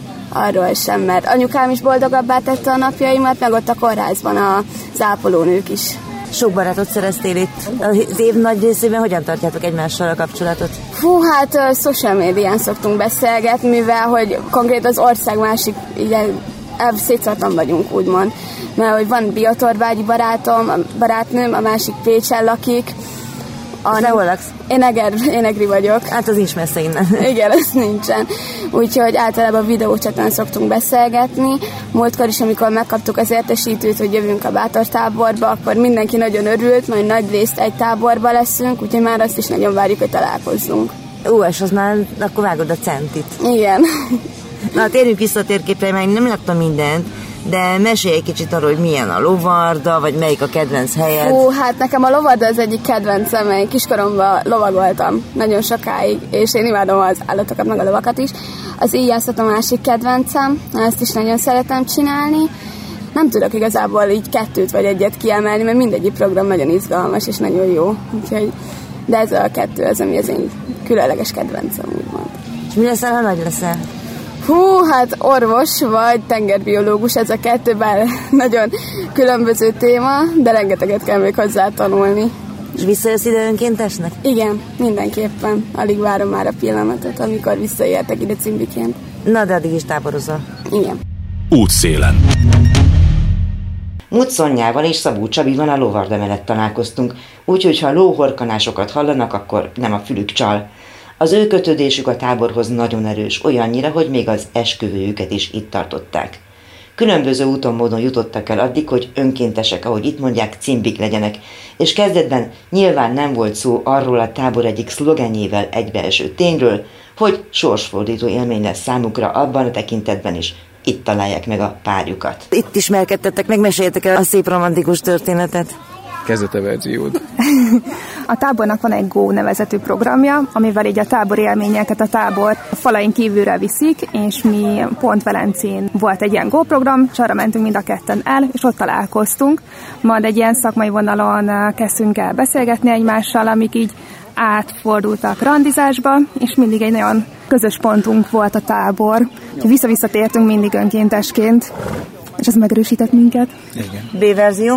arról sem, mert anyukám is boldogabbá tette a napjaimat, meg ott a kórházban az ápolónők is. Sok barátot szereztél itt. Az év nagy részében hogyan tartjátok egymással a kapcsolatot? Hú, hát uh, social médián szoktunk beszélgetni, mivel hogy konkrét az ország másik, igen, szétszartan vagyunk, úgymond. Mert hogy van biotorvágyi barátom, barátnőm, a másik Pécsen lakik, A ne hol laksz? Én, Eger, én Egri vagyok. Hát az nincs messze innen. Igen, ez nincsen. Úgyhogy általában videócsatornán szoktunk beszélgetni. Múltkor is, amikor megkaptuk az értesítőt, hogy jövünk a bátortáborba, akkor mindenki nagyon örült, majd nagy részt egy táborba leszünk, úgyhogy már azt is nagyon várjuk, hogy találkozzunk. Ó, és az már akkor vágod a centit. Igen. Na, térjünk vissza a térképre, mert nem láttam mindent, de mesélj egy kicsit arról, hogy milyen a lovarda, vagy melyik a kedvenc helyed. Ó, hát nekem a lovarda az egyik kedvencem, én kiskoromban lovagoltam nagyon sokáig, és én imádom az állatokat, meg a lovakat is. Az íjászat a másik kedvencem, ezt is nagyon szeretem csinálni. Nem tudok igazából így kettőt vagy egyet kiemelni, mert mindegyik program nagyon izgalmas és nagyon jó. Úgyhogy, de ez a kettő az, ami az én különleges kedvencem, úgymond. És mi leszel, ha nagy leszel? Hú, hát orvos vagy tengerbiológus, ez a kettő, bár nagyon különböző téma, de rengeteget kell még hozzá tanulni. És visszajössz ide önkéntesnek? Igen, mindenképpen. Alig várom már a pillanatot, amikor visszaértek ide cimbiként. Na, de addig is táborozol. Igen. Útszélen. Muth Szonyával és Szabó Csabival a lovarda mellett találkoztunk, úgyhogy ha lóhorkanásokat hallanak, akkor nem a fülük csal. Az ő kötődésük a táborhoz nagyon erős, olyannyira, hogy még az esküvőjüket is itt tartották. Különböző úton módon jutottak el addig, hogy önkéntesek, ahogy itt mondják, cimbik legyenek, és kezdetben nyilván nem volt szó arról a tábor egyik szlogenjével egybeeső tényről, hogy sorsfordító élmény lesz számukra abban a tekintetben is, itt találják meg a párjukat. Itt ismerkedtettek, meg meséljetek el a szép romantikus történetet. Kezdete verziód. A tábornak van egy Go nevezetű programja, amivel így a tábor élményeket a tábor falain kívülre viszik, és mi pont Velencén volt egy ilyen Go program, és arra mentünk mind a ketten el, és ott találkoztunk. Majd egy ilyen szakmai vonalon kezdtünk el beszélgetni egymással, amik így átfordultak randizásba, és mindig egy nagyon közös pontunk volt a tábor. Úgyhogy vissza-visszatértünk mindig önkéntesként, és ez megerősített minket. Igen. B-verzió?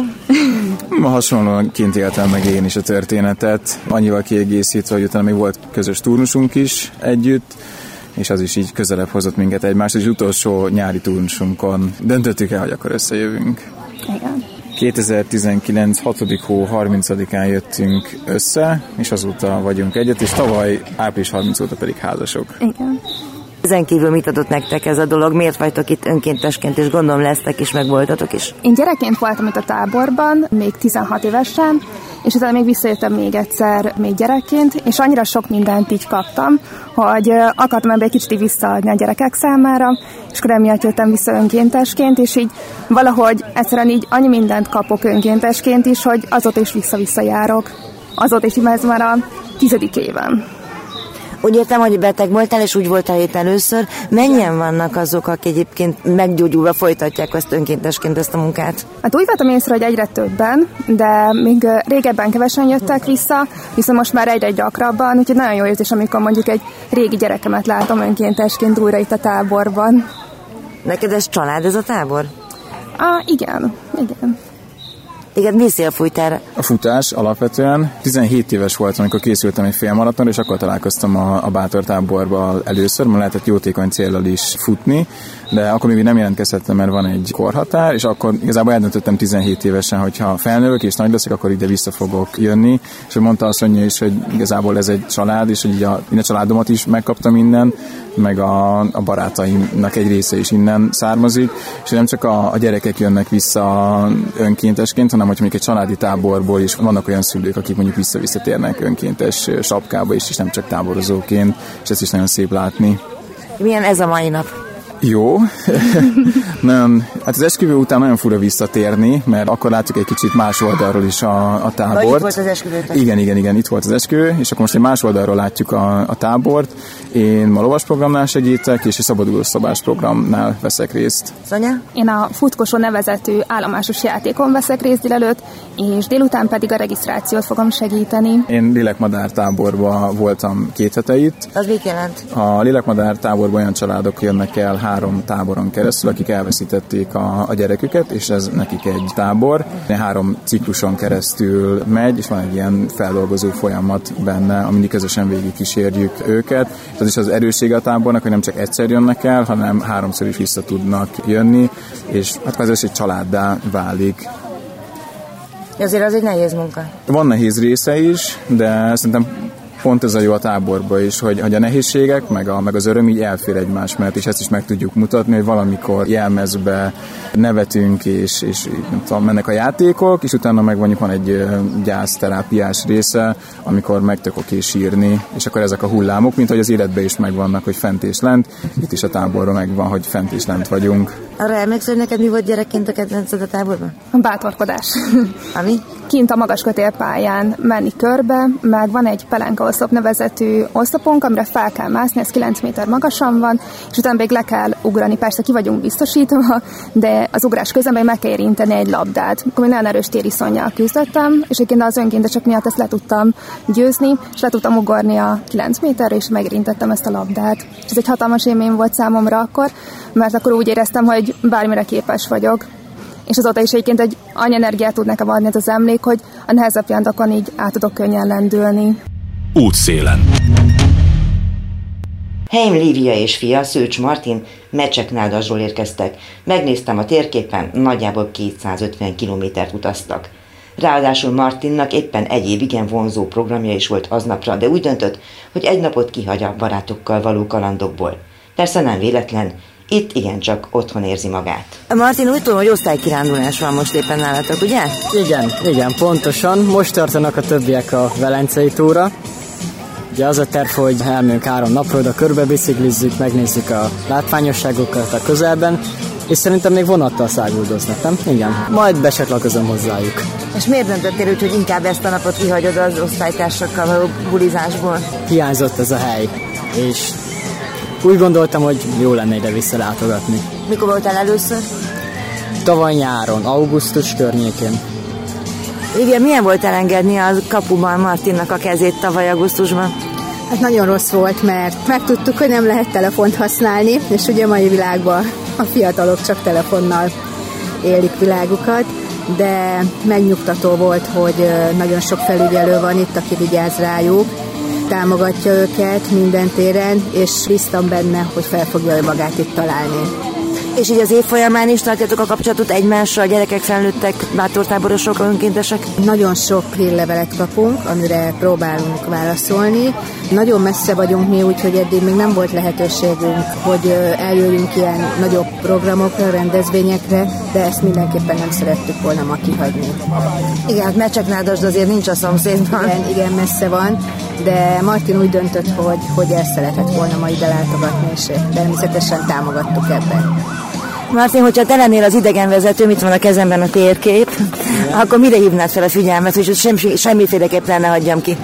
Ma hasonlóként éltem meg én is a történetet, annyival kiegészítve, hogy utána még volt közös turnusunk is együtt, és az is így közelebb hozott minket egymást, és utolsó nyári turnusunkon döntöttük el, hogy akkor összejövünk. Igen. kétezer-tizenkilenc hatodik hó harmincadikán jöttünk össze, és azóta vagyunk egyet, és tavaly április harmincadika óta pedig házasok. Igen. Ezen kívül mit adott nektek ez a dolog? Miért vagytok itt önkéntesként, és gondolom lesztek is, meg voltatok is? Én gyerekként voltam itt a táborban, még tizenhat évesen, és utána még visszajöttem még egyszer, még gyerekként, és annyira sok mindent így kaptam, hogy akartam ebbe egy kicsit visszaadni a gyerekek számára, és akkor emiatt jöttem vissza önkéntesként, és így valahogy egyszerűen így annyi mindent kapok önkéntesként is, hogy azóta is vissza-vissza járok. Azóta is, ez már a tizedik évem. Úgy értem, hogy beteg voltál, és úgy voltál itt először. Mennyien vannak azok, akik egyébként meggyógyulva folytatják ezt önkéntesként ezt a munkát? Hát úgy vettem észre, hogy egyre többen, de még régebben kevesen jöttek vissza, viszont most már egyre gyakrabban, úgyhogy nagyon jó érzés, amikor mondjuk egy régi gyerekemet látom önkéntesként újra itt a táborban. Neked ez család, ez a tábor? Á, igen, igen. Igen, mi szél fújtál? A futás alapvetően. tizenhét éves voltam, amikor készültem egy félmaraton, és akkor találkoztam a, a bátortáborban először, mert lehetett jótékony céllal is futni, de akkor még nem jelentkezhettem, mert van egy korhatár, és akkor igazából eldöntöttem tizenhét évesen, hogy ha felnövök és nagy leszek, akkor ide vissza fogok jönni, és mondta azt mondja is, hogy igazából ez egy család, és hogy így a, én a családomat is megkaptam innen, meg a, a barátaimnak egy része is innen származik, és nem csak a, a gyerekek jönnek vissza önkéntesként, hanem hogy mondjuk egy családi táborból is vannak olyan szülők, akik mondjuk vissza-visszatérnek önkéntes sapkába is, és nem csak táborozóként, és ezt is nagyon szép látni. Milyen ez a mai nap? Jó. nagyon, hát az esküvő után nagyon fura visszatérni, mert akkor látjuk egy kicsit más oldalról is a, a tábort. Vagy itt volt az esküvőt? Igen, igen, igen, itt volt az esküvő, és akkor most egy más oldalról látjuk a, a tábort. Én ma lovas programnál segítek, és egy szabadulószobás programnál veszek részt. Szonya? Én a Futkosó nevezetű állomásos játékon veszek részt délelőtt, és délután pedig a regisztrációt fogom segíteni. Én lélekmadár táborban voltam két hete itt. Az mit jelent? A lélekmadár táborban olyan családok jönnek el három táboron keresztül, akik elveszítették a, a gyereküket, és ez nekik egy tábor. Három cikluson keresztül megy, és van egy ilyen feldolgozó folyamat benne, amin közösen végigkísérjük őket. Ez is az erőssége a tábornak, hogy nem csak egyszer jönnek el, hanem háromszor is vissza tudnak jönni, és hát ez egy családdá válik. Azért az egy nehéz munka. Van nehéz része is, de szerintem pont ez a jó a táborban is, hogy, hogy a nehézségek, meg, a, meg az öröm így elfér egymás mellett, és ezt is meg tudjuk mutatni, hogy valamikor jelmezbe nevetünk, és, és nem tudom, mennek a játékok, és utána meg mondjuk van egy gyászterápiás része, amikor meg tök oké sírni, és akkor ezek a hullámok, mint hogy az életben is megvannak, hogy fent és lent, itt is a táborban megvan, hogy fent és lent vagyunk. Arra emlékszel, hogy neked mi volt gyerekként a kedvenced a táborban? A bátorkodás. Ami? Kint a magas kötélpályán menni körbe, meg van egy pelenka oszlop nevezetű oszlopunk, amire fel kell mászni, ez kilenc méter magasan van, és utána még le kell ugrani, persze ki vagyunk biztosítva, de az ugrás közben meg kell érinteni egy labdát. Akkor nagyon erős tériszonnyal küzdöttem, és egyébként az önkéntesek miatt ezt le tudtam győzni, és le tudtam ugorni a kilenc méterre, és megérintettem ezt a labdát. Ez egy hatalmas élmény volt számomra akkor, mert akkor úgy éreztem, hogy bármire képes vagyok. És azóta is egyébként egy annyi energiát tud nekem adni ez az emlék, hogy a nehezebb pillanatokon így át tudok könnyen lendülni. Útszélen. Heim Lívia és fia, Szőcs Martin Mecseknádasról érkeztek. Megnéztem a térképen, nagyjából kétszázötven kilométert utaztak. Ráadásul Martinnak éppen egyéb igen vonzó programja is volt aznapra, de úgy döntött, hogy egy napot kihagy a barátokkal való kalandokból. Persze nem véletlen, itt igencsak otthon érzi magát. Martin, úgy tudom, hogy osztálykirándulás van most éppen nálatok, ugye? Igen, igen, pontosan. Most tartanak a többiek a Velencei túra. Ugye az a terv, hogy elmegyünk három napról, oda körbebiciklizzük, megnézzük a látványosságokat a közelben, és szerintem még vonattal száguldoznak, nem? Igen. Majd becsatlakozom hozzájuk. És miért döntöttél úgy, hogy inkább ezt a napot kihagyod az osztálytársakkal való bulizásból? Hiányzott ez a hely, és úgy gondoltam, hogy jó lenne ide visszalátogatni. Mikor voltál először? Tavaly nyáron, augusztus környékén. Igen, milyen volt elengedni a kapuban Martinnak a kezét tavaly augusztusban? Hát nagyon rossz volt, mert megtudtuk, hogy nem lehet telefont használni, és ugye a mai világban a fiatalok csak telefonnal élik világukat, de megnyugtató volt, hogy nagyon sok felügyelő van itt, aki vigyáz rájuk, támogatja őket minden téren, és bíztam benne, hogy fel fogja ő magát itt találni. És így az év folyamán is tartjátok a kapcsolatot egymással, gyerekek, felnőttek, bátortáborosok, önkéntesek? Nagyon sok hírlevelet kapunk, amire próbálunk válaszolni. Nagyon messze vagyunk mi, úgyhogy eddig még nem volt lehetőségünk, hogy eljöjjünk ilyen nagyobb programokra, rendezvényekre, de ezt mindenképpen nem szerettük volna ma kihagyni. Igen, hát Mecseknádasd azért nincs a szomszédban. Igen, igen, messze van, de Martin úgy döntött, hogy, hogy el szeretett volna ma ide látogatni, és természetesen támogattuk ebben. Martin, hogyha te lennél az idegenvezető, mit van a kezemben a térkép, igen, akkor mire hívnád fel a figyelmet, hogy semmi, semmiféleképpen ne hagyjam ki?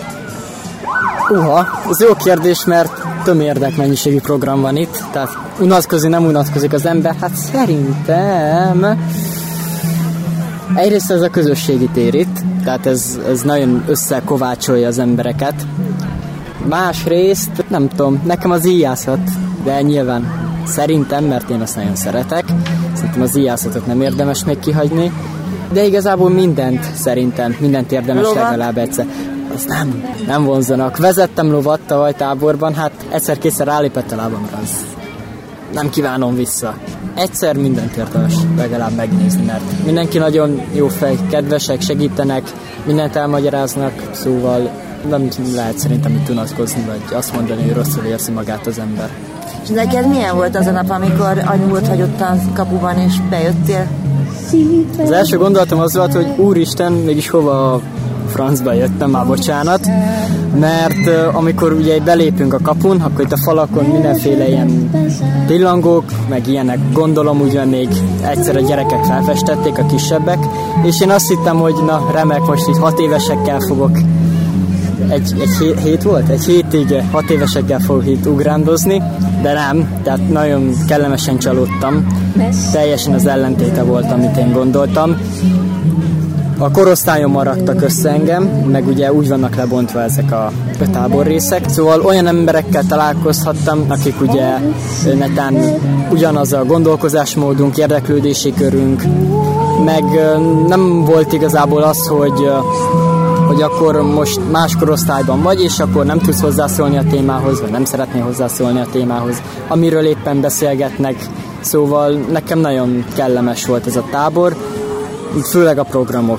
Uha, ez jó kérdés, mert tömérdek mennyiségű program van itt, tehát unatkozni nem unatkozik az ember, hát szerintem egyrészt ez a közösségi tér itt, tehát ez, ez nagyon összekovácsolja az embereket. Másrészt, nem tudom, nekem az íjászat, de nyilván szerintem, mert én azt nagyon szeretek, szerintem az íjászatot nem érdemes még kihagyni, de igazából mindent szerintem, mindent érdemes lovat? Legalább egyszer. Azt nem, nem vonzanak. Vezettem lovat tavaly táborban, hát egyszer-kétszer rálépett a lábamra, az nem kívánom vissza. Egyszer mindent érdemes legalább megnézni, mert mindenki nagyon jó fej, kedvesek, segítenek, mindent elmagyaráznak, szóval nem lehet szerintem itt unatkozni, vagy azt mondani, hogy rosszul érzi magát az ember. És neked milyen volt az a nap, amikor anyót hagyott a kapuban, és bejöttél? Az első gondolatom az volt, hogy úristen, mégis hova a francba jöttem, már bocsánat, mert uh, amikor ugye belépünk a kapun, akkor itt a falakon mindenféle ilyen pillangók, meg ilyenek, gondolom ugye még egyszer a gyerekek felfestették, a kisebbek, és én azt hittem, hogy na remek, most így hat évesekkel fogok Egy, egy hét, hét volt? Egy hétig hat évesekkel fogok itt ugrándozni, de nem, tehát nagyon kellemesen csalódtam. Teljesen az ellentéte volt, amit én gondoltam. A korosztályon maradtak össze engem, meg ugye úgy vannak lebontva ezek a táborrészek. Szóval olyan emberekkel találkozhattam, akik ugye netán ugyanaz a gondolkozásmódunk, érdeklődési körünk, meg nem volt igazából az, hogy hogy akkor most más korosztályban vagy, és akkor nem tudsz hozzászólni a témához, vagy nem szeretnél hozzászólni a témához, amiről éppen beszélgetnek. Szóval nekem nagyon kellemes volt ez a tábor, főleg a programok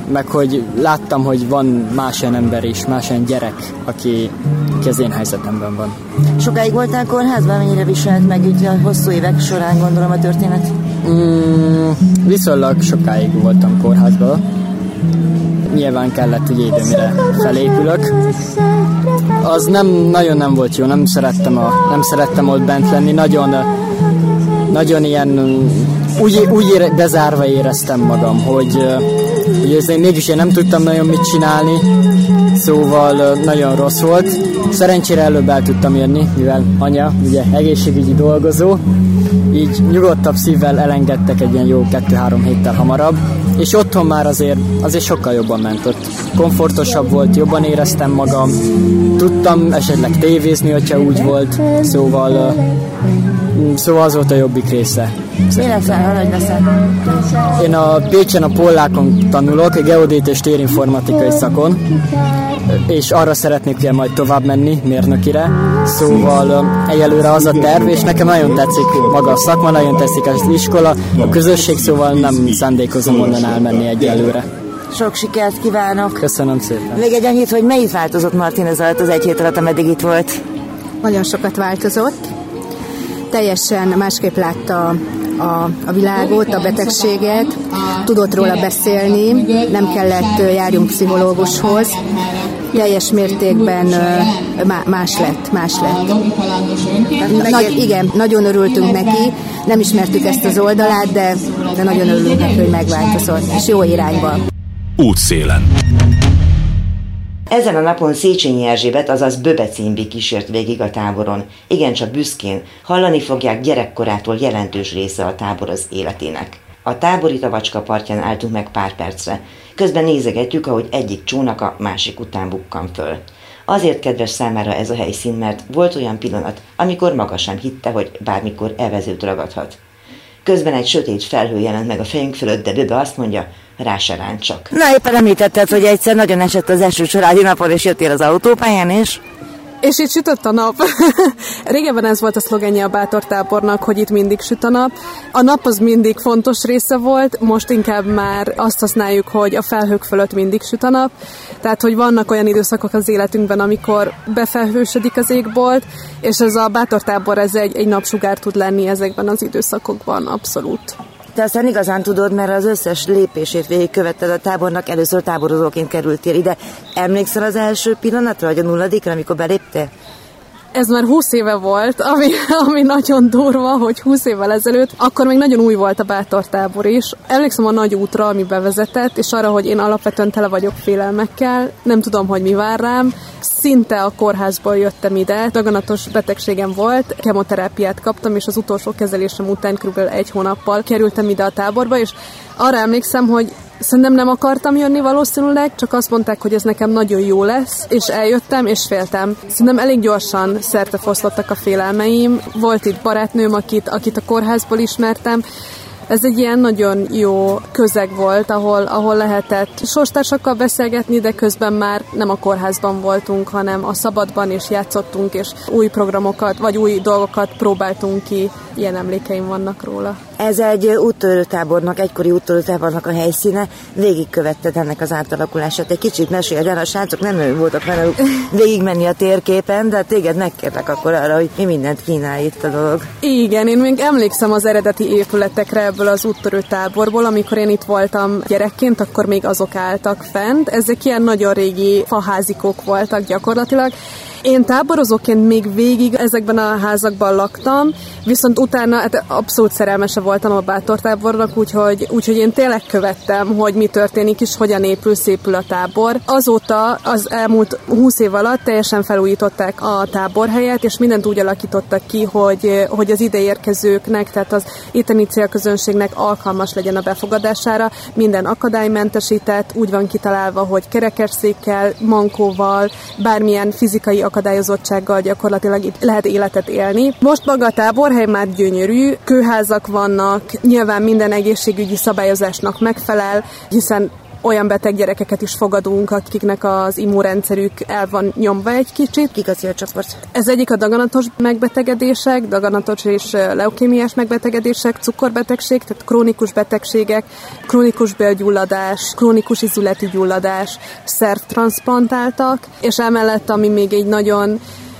meg hogy láttam, hogy van más ilyen ember is, más ilyen gyerek, aki, aki az én helyzetemben van. Sokáig voltál kórházban, mennyire viselt meg így a hosszú évek során, gondolom, a történet? Mm, viszonylag sokáig voltam kórházban. Nyilván kellett egy idő, mire felépülök. Az nem, nagyon nem volt jó, nem szerettem, a, nem szerettem ott bent lenni, nagyon, nagyon ilyen úgy, úgy ére, bezárva éreztem magam, hogy, hogy azért mégis én nem tudtam nagyon mit csinálni, szóval nagyon rossz volt. Szerencsére előbb el tudtam jönni, mivel anya, ugye egészségügyi dolgozó, így nyugodtabb szívvel elengedtek egy ilyen jó kettő-három héttel hamarabb, és otthon már azért, azért sokkal jobban ment ott. Komfortosabb volt, jobban éreztem magam, tudtam esetleg tévézni, hogyha úgy volt, szóval, szóval az volt a jobbik része. Mi leszel, ha nagy leszel? Én a Pécsen a Pollákon tanulok, geodét és térinformatikai szakon, és arra szeretnék ugye majd tovább menni, mérnökire, szóval egyelőre az a terv, és nekem nagyon tetszik maga a szakma, nagyon tetszik az iskola, a közösség, szóval nem szándékozom onnan elmenni egyelőre. Sok sikert kívánok! Köszönöm szépen! Még egy annyit, hogy melyik változott Martin ez alatt az egy hét alatt, ameddig itt volt? Nagyon sokat változott. Teljesen másképp látta a, a világot, a betegséget, tudott róla beszélni, nem kellett járjunk pszichológushoz, teljes mértékben más lett, más lett. Nagy, igen, nagyon örültünk neki, nem ismertük ezt az oldalát, de, de nagyon örülünk neki, hogy megváltozott, és jó irányba. Útszélen. Ezen a napon Széchenyi Erzsébet, azaz Böbe Cimbi kísért végig a táboron. Igencsak büszkén hallani fogják gyerekkorától jelentős része a tábor az életének. A tábori Tavacska partján álltunk meg pár percre. Közben nézegetjük, ahogy egyik csónak a másik után bukkan föl. Azért kedves számára ez a helyszín, mert volt olyan pillanat, amikor maga sem hitte, hogy bármikor evezőt ragadhat. Közben egy sötét felhő jelent meg a fejünk fölött, de Böbe azt mondja, rá se ráncsak. Na, éppen említetted, hogy egyszer nagyon esett az eső családi napon, és jöttél az autópályán, és... És itt sütött a nap. Régebben ez volt a szlogenje a bátortábornak, hogy itt mindig süt a nap. A nap az mindig fontos része volt, most inkább már azt használjuk, hogy a felhők fölött mindig süt a nap. Tehát, hogy vannak olyan időszakok az életünkben, amikor befelhősödik az égbolt, és ez a bátortábor, ez egy, egy napsugár tud lenni ezekben az időszakokban, abszolút. Te aztán igazán tudod, mert az összes lépését végigkövetted a tábornak, először táborozóként kerültél ide. Emlékszel az első pillanatra, vagy a nulladikra, amikor beléptél? Ez már húsz éve volt, ami, ami nagyon durva, hogy húsz évvel ezelőtt, akkor még nagyon új volt a bátortábor is. Emlékszem a nagy útra, ami bevezetett, és arra, hogy én alapvetően tele vagyok félelmekkel, nem tudom, hogy mi vár rám. Szinte a kórházból jöttem ide, daganatos betegségem volt, kemoterápiát kaptam, és az utolsó kezelésem után kb. egy hónappal kerültem ide a táborba, és arra emlékszem, hogy szerintem nem akartam jönni valószínűleg, csak azt mondták, hogy ez nekem nagyon jó lesz, és eljöttem, és féltem. Szerintem elég gyorsan szertefoszlottak a félelmeim. Volt itt barátnőm, akit, akit a kórházból ismertem. Ez egy ilyen nagyon jó közeg volt, ahol, ahol lehetett sorstársakkal beszélgetni, de közben már nem a kórházban voltunk, hanem a szabadban, és játszottunk, és új programokat, vagy új dolgokat próbáltunk ki. Ilyen emlékeim vannak róla. Ez egy úttörőtábornak, egykori úttörőtábornak a helyszíne. Végigkövetted ennek az átalakulását. Egy kicsit meséld el, a srácok nem nagyon voltak velük végigmenni a térképen, de téged megkérlek akkor arra, hogy mi mindent kínál itt a dolog. Igen, én még emlékszem az eredeti épületekre ebből az úttörőtáborból, amikor én itt voltam gyerekként, akkor még azok álltak fent. Ezek ilyen nagyon régi faházikók voltak gyakorlatilag. Én táborozóként még végig ezekben a házakban laktam, viszont utána hát abszolút szerelmese voltam a bátortábornak, úgyhogy, úgyhogy én tényleg követtem, hogy mi történik és hogyan épül, szépül a tábor. Azóta az elmúlt húsz év alatt teljesen felújították a táborhelyet, és mindent úgy alakítottak ki, hogy, hogy az ide érkezőknek, tehát az itteni célközönségnek alkalmas legyen a befogadására. Minden akadálymentesített, úgy van kitalálva, hogy kerekesszékkel, mankóval, bármilyen fizikai akadályozottsággal gyakorlatilag itt lehet életet élni. Most maga a táborhely már gyönyörű, kőházak vannak, nyilván minden egészségügyi szabályozásnak megfelel, hiszen olyan beteg gyerekeket is fogadunk, akiknek az immunrendszerük el van nyomva egy kicsit. Kik a célcsoport? Ez egyik a daganatos megbetegedések, daganatos és leukémiás megbetegedések, cukorbetegség, tehát krónikus betegségek, krónikus bélgyulladás, krónikus izületi gyulladás, szervtranszplantáltak, és emellett, ami még egy nagyon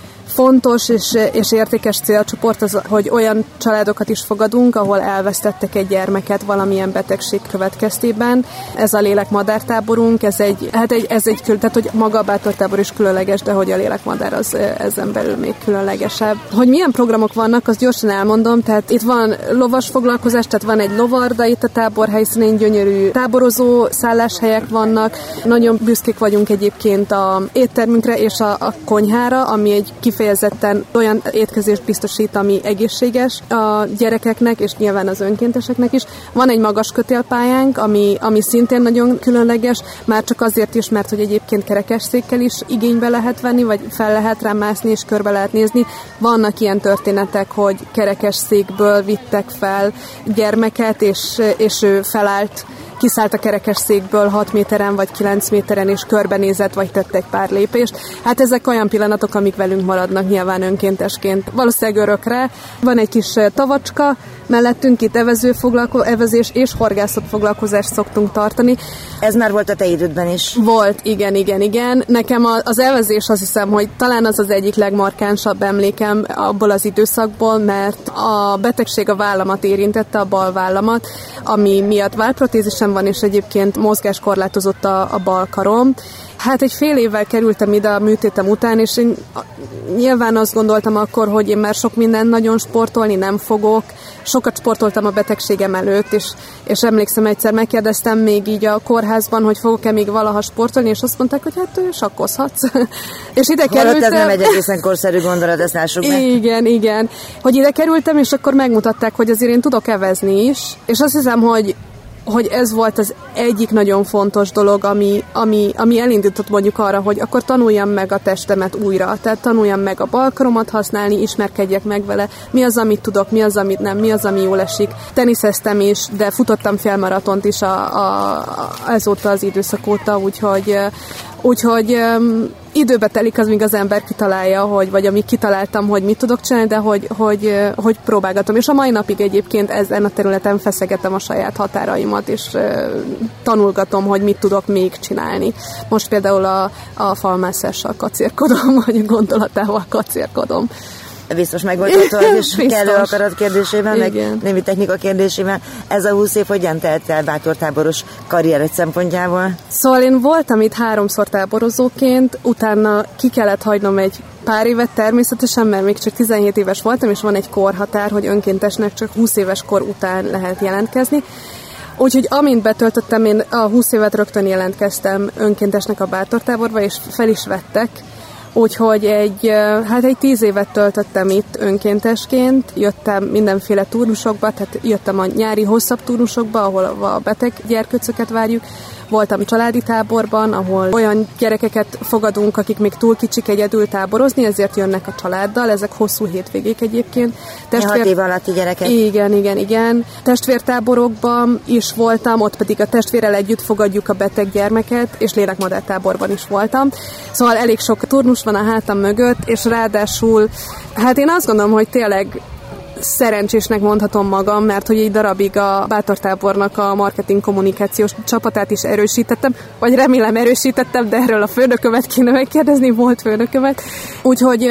fontos és, és értékes célcsoport az, hogy olyan családokat is fogadunk, ahol elvesztettek egy gyermeket valamilyen betegség következtében. Ez a lélekmadártáborunk, ez egy, hát egy, ez egy kül, tehát hogy maga a bátortábor is különleges, de hogy a lélekmadár az ezen belül még különlegesebb. Hogy milyen programok vannak, azt gyorsan elmondom, tehát itt van lovas foglalkozás, tehát van egy lovarda itt a tábor helyszínén, gyönyörű táborozó szálláshelyek vannak. Nagyon büszkék vagyunk egyébként a éttermünkre és a, a konyhára, ami egy kifejezetten olyan étkezést biztosít, ami egészséges a gyerekeknek, és nyilván az önkénteseknek is. Van egy magas kötélpályánk, ami, ami szintén nagyon különleges, már csak azért is, mert hogy egyébként kerekesszékkel is igénybe lehet venni, vagy fel lehet rá mászni, és körbe lehet nézni. Vannak ilyen történetek, hogy kerekesszékből vittek fel gyermeket, és, és ő felállt, kiszállt a kerekesszékből hat méteren vagy kilenc méteren, és körbenézett, vagy tett egy pár lépést. Hát ezek olyan pillanatok, amik velünk maradnak nyilván önkéntesként. Valószínűleg örökre. Van egy kis tavacska, mellettünk itt evező foglalko- evezés és horgászat foglalkozást szoktunk tartani. Ez már volt a te idődben is? Volt, igen, igen, igen. Nekem az evezés, azt hiszem, hogy talán az az egyik legmarkánsabb emlékem abból az időszakból, mert a betegség a vállamat érintette, a bal vállamat, ami miatt vállprotézisem van, és egyébként mozgáskorlátozott a, a bal karom. Hát egy fél évvel kerültem ide a műtétem után, és én nyilván azt gondoltam akkor, hogy én már sok minden nagyon sportolni nem fogok. Sokat sportoltam a betegségem előtt, és, és emlékszem, egyszer megkérdeztem még így a kórházban, hogy fogok-e még valaha sportolni, és azt mondták, hogy hát sakkozhatsz. És ide kerültem. Ez nem egy egészen korszerű gondolat, ezt lássuk meg. Igen, igen. Hogy ide kerültem, és akkor megmutatták, hogy azért én tudok evezni is, és azt hiszem, hogy hogy ez volt az egyik nagyon fontos dolog, ami, ami, ami elindított mondjuk arra, hogy akkor tanuljam meg a testemet újra, tehát tanuljam meg a balkaromat használni, ismerkedjek meg vele, mi az, amit tudok, mi az, amit nem, mi az, ami jól esik. Teniszeztem is, de futottam félmaratont is a, a, a, ezóta az időszak óta, úgyhogy, úgyhogy um, időbe telik az, míg az ember kitalálja, hogy, vagy amíg kitaláltam, hogy mit tudok csinálni, de hogy, hogy, hogy próbálgatom. És a mai napig egyébként ezen a területen feszegetem a saját határaimat, és uh, tanulgatom, hogy mit tudok még csinálni. Most például a, a falmászással kacérkodom, vagy a gondolatával kacérkodom. Biztos megoldható az is kellő akarat kérdésében, meg némi technika kérdésében. Ez a húsz év hogyan telt el bátortáboros karriered szempontjából? Szóval én voltam itt háromszor táborozóként, utána ki kellett hagynom egy pár évet természetesen, mert még csak tizenhét éves voltam, és van egy korhatár, hogy önkéntesnek csak húsz éves kor után lehet jelentkezni. Úgyhogy amint betöltöttem, én a húsz évet rögtön jelentkeztem önkéntesnek a bátortáborba, és fel is vettek. Úgyhogy egy, hát egy tíz évet töltöttem itt önkéntesként, jöttem mindenféle turnusokba, tehát jöttem a nyári hosszabb turnusokba, ahol a beteg gyerkőcöket várjuk, voltam családi táborban, ahol olyan gyerekeket fogadunk, akik még túl kicsik egyedül táborozni, ezért jönnek a családdal, ezek hosszú hétvégék egyébként. Testvér... hat év alatti gyerekek. Igen, igen, igen. Testvértáborokban is voltam, ott pedig a testvérrel együtt fogadjuk a beteg gyermeket, és lélekmadártáborban is voltam. Szóval elég sok turnus van a hátam mögött, és ráadásul, hát én azt gondolom, hogy tényleg szerencsésnek mondhatom magam, mert hogy egy darabig a bátortábornak a marketing kommunikációs csapatát is erősítettem, vagy remélem erősítettem, de erről a főnökömet kéne megkérdezni, volt főnökömet. Úgyhogy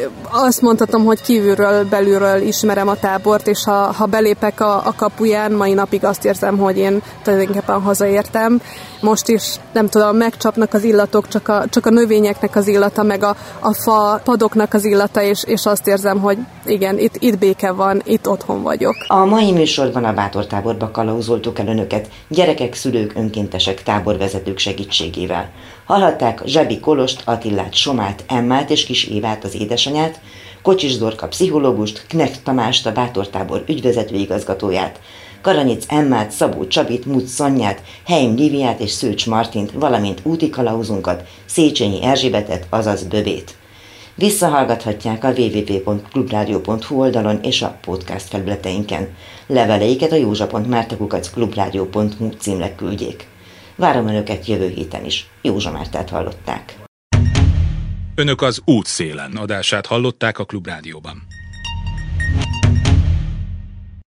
azt mondhatom, hogy kívülről, belülről ismerem a tábort, és ha, ha belépek a, a kapuján, mai napig azt érzem, hogy én tulajdonképpen hazaértem. Most is, nem tudom, megcsapnak az illatok, csak a, csak a növényeknek az illata, meg a, a fa padoknak az illata, és, és azt érzem, hogy igen, itt, itt béke van, itt otthon vagyok. A mai műsorban a bátortáborba kalauzoltuk el önöket gyerekek, szülők, önkéntesek, táborvezetők segítségével. Hallhatták Zsebi Kolost, Attillát, Somát, Emmát és Kis Évát, az édesanyát, Kocsis Dorka pszichológust, Knecht Tamást, a bátortábor ügyvezető igazgatóját, Karanyic Emmát, Szabó Csabit, Muc Szonyát, Heim Líviát és Szőcs Martint, valamint úti kalauzunkat, Széchenyi Erzsébetet, azaz Böbét. Visszahallgathatják a double-u double-u double-u pont klubrádió pont hu oldalon és a podcast felületeinken. Leveleiket a józsa pont márta kukac klubrádió pont hu címre küldjék. Várom önöket jövő héten is. Józsa Mártát hallották. Önök az Útszélen adását hallották a Klubrádióban.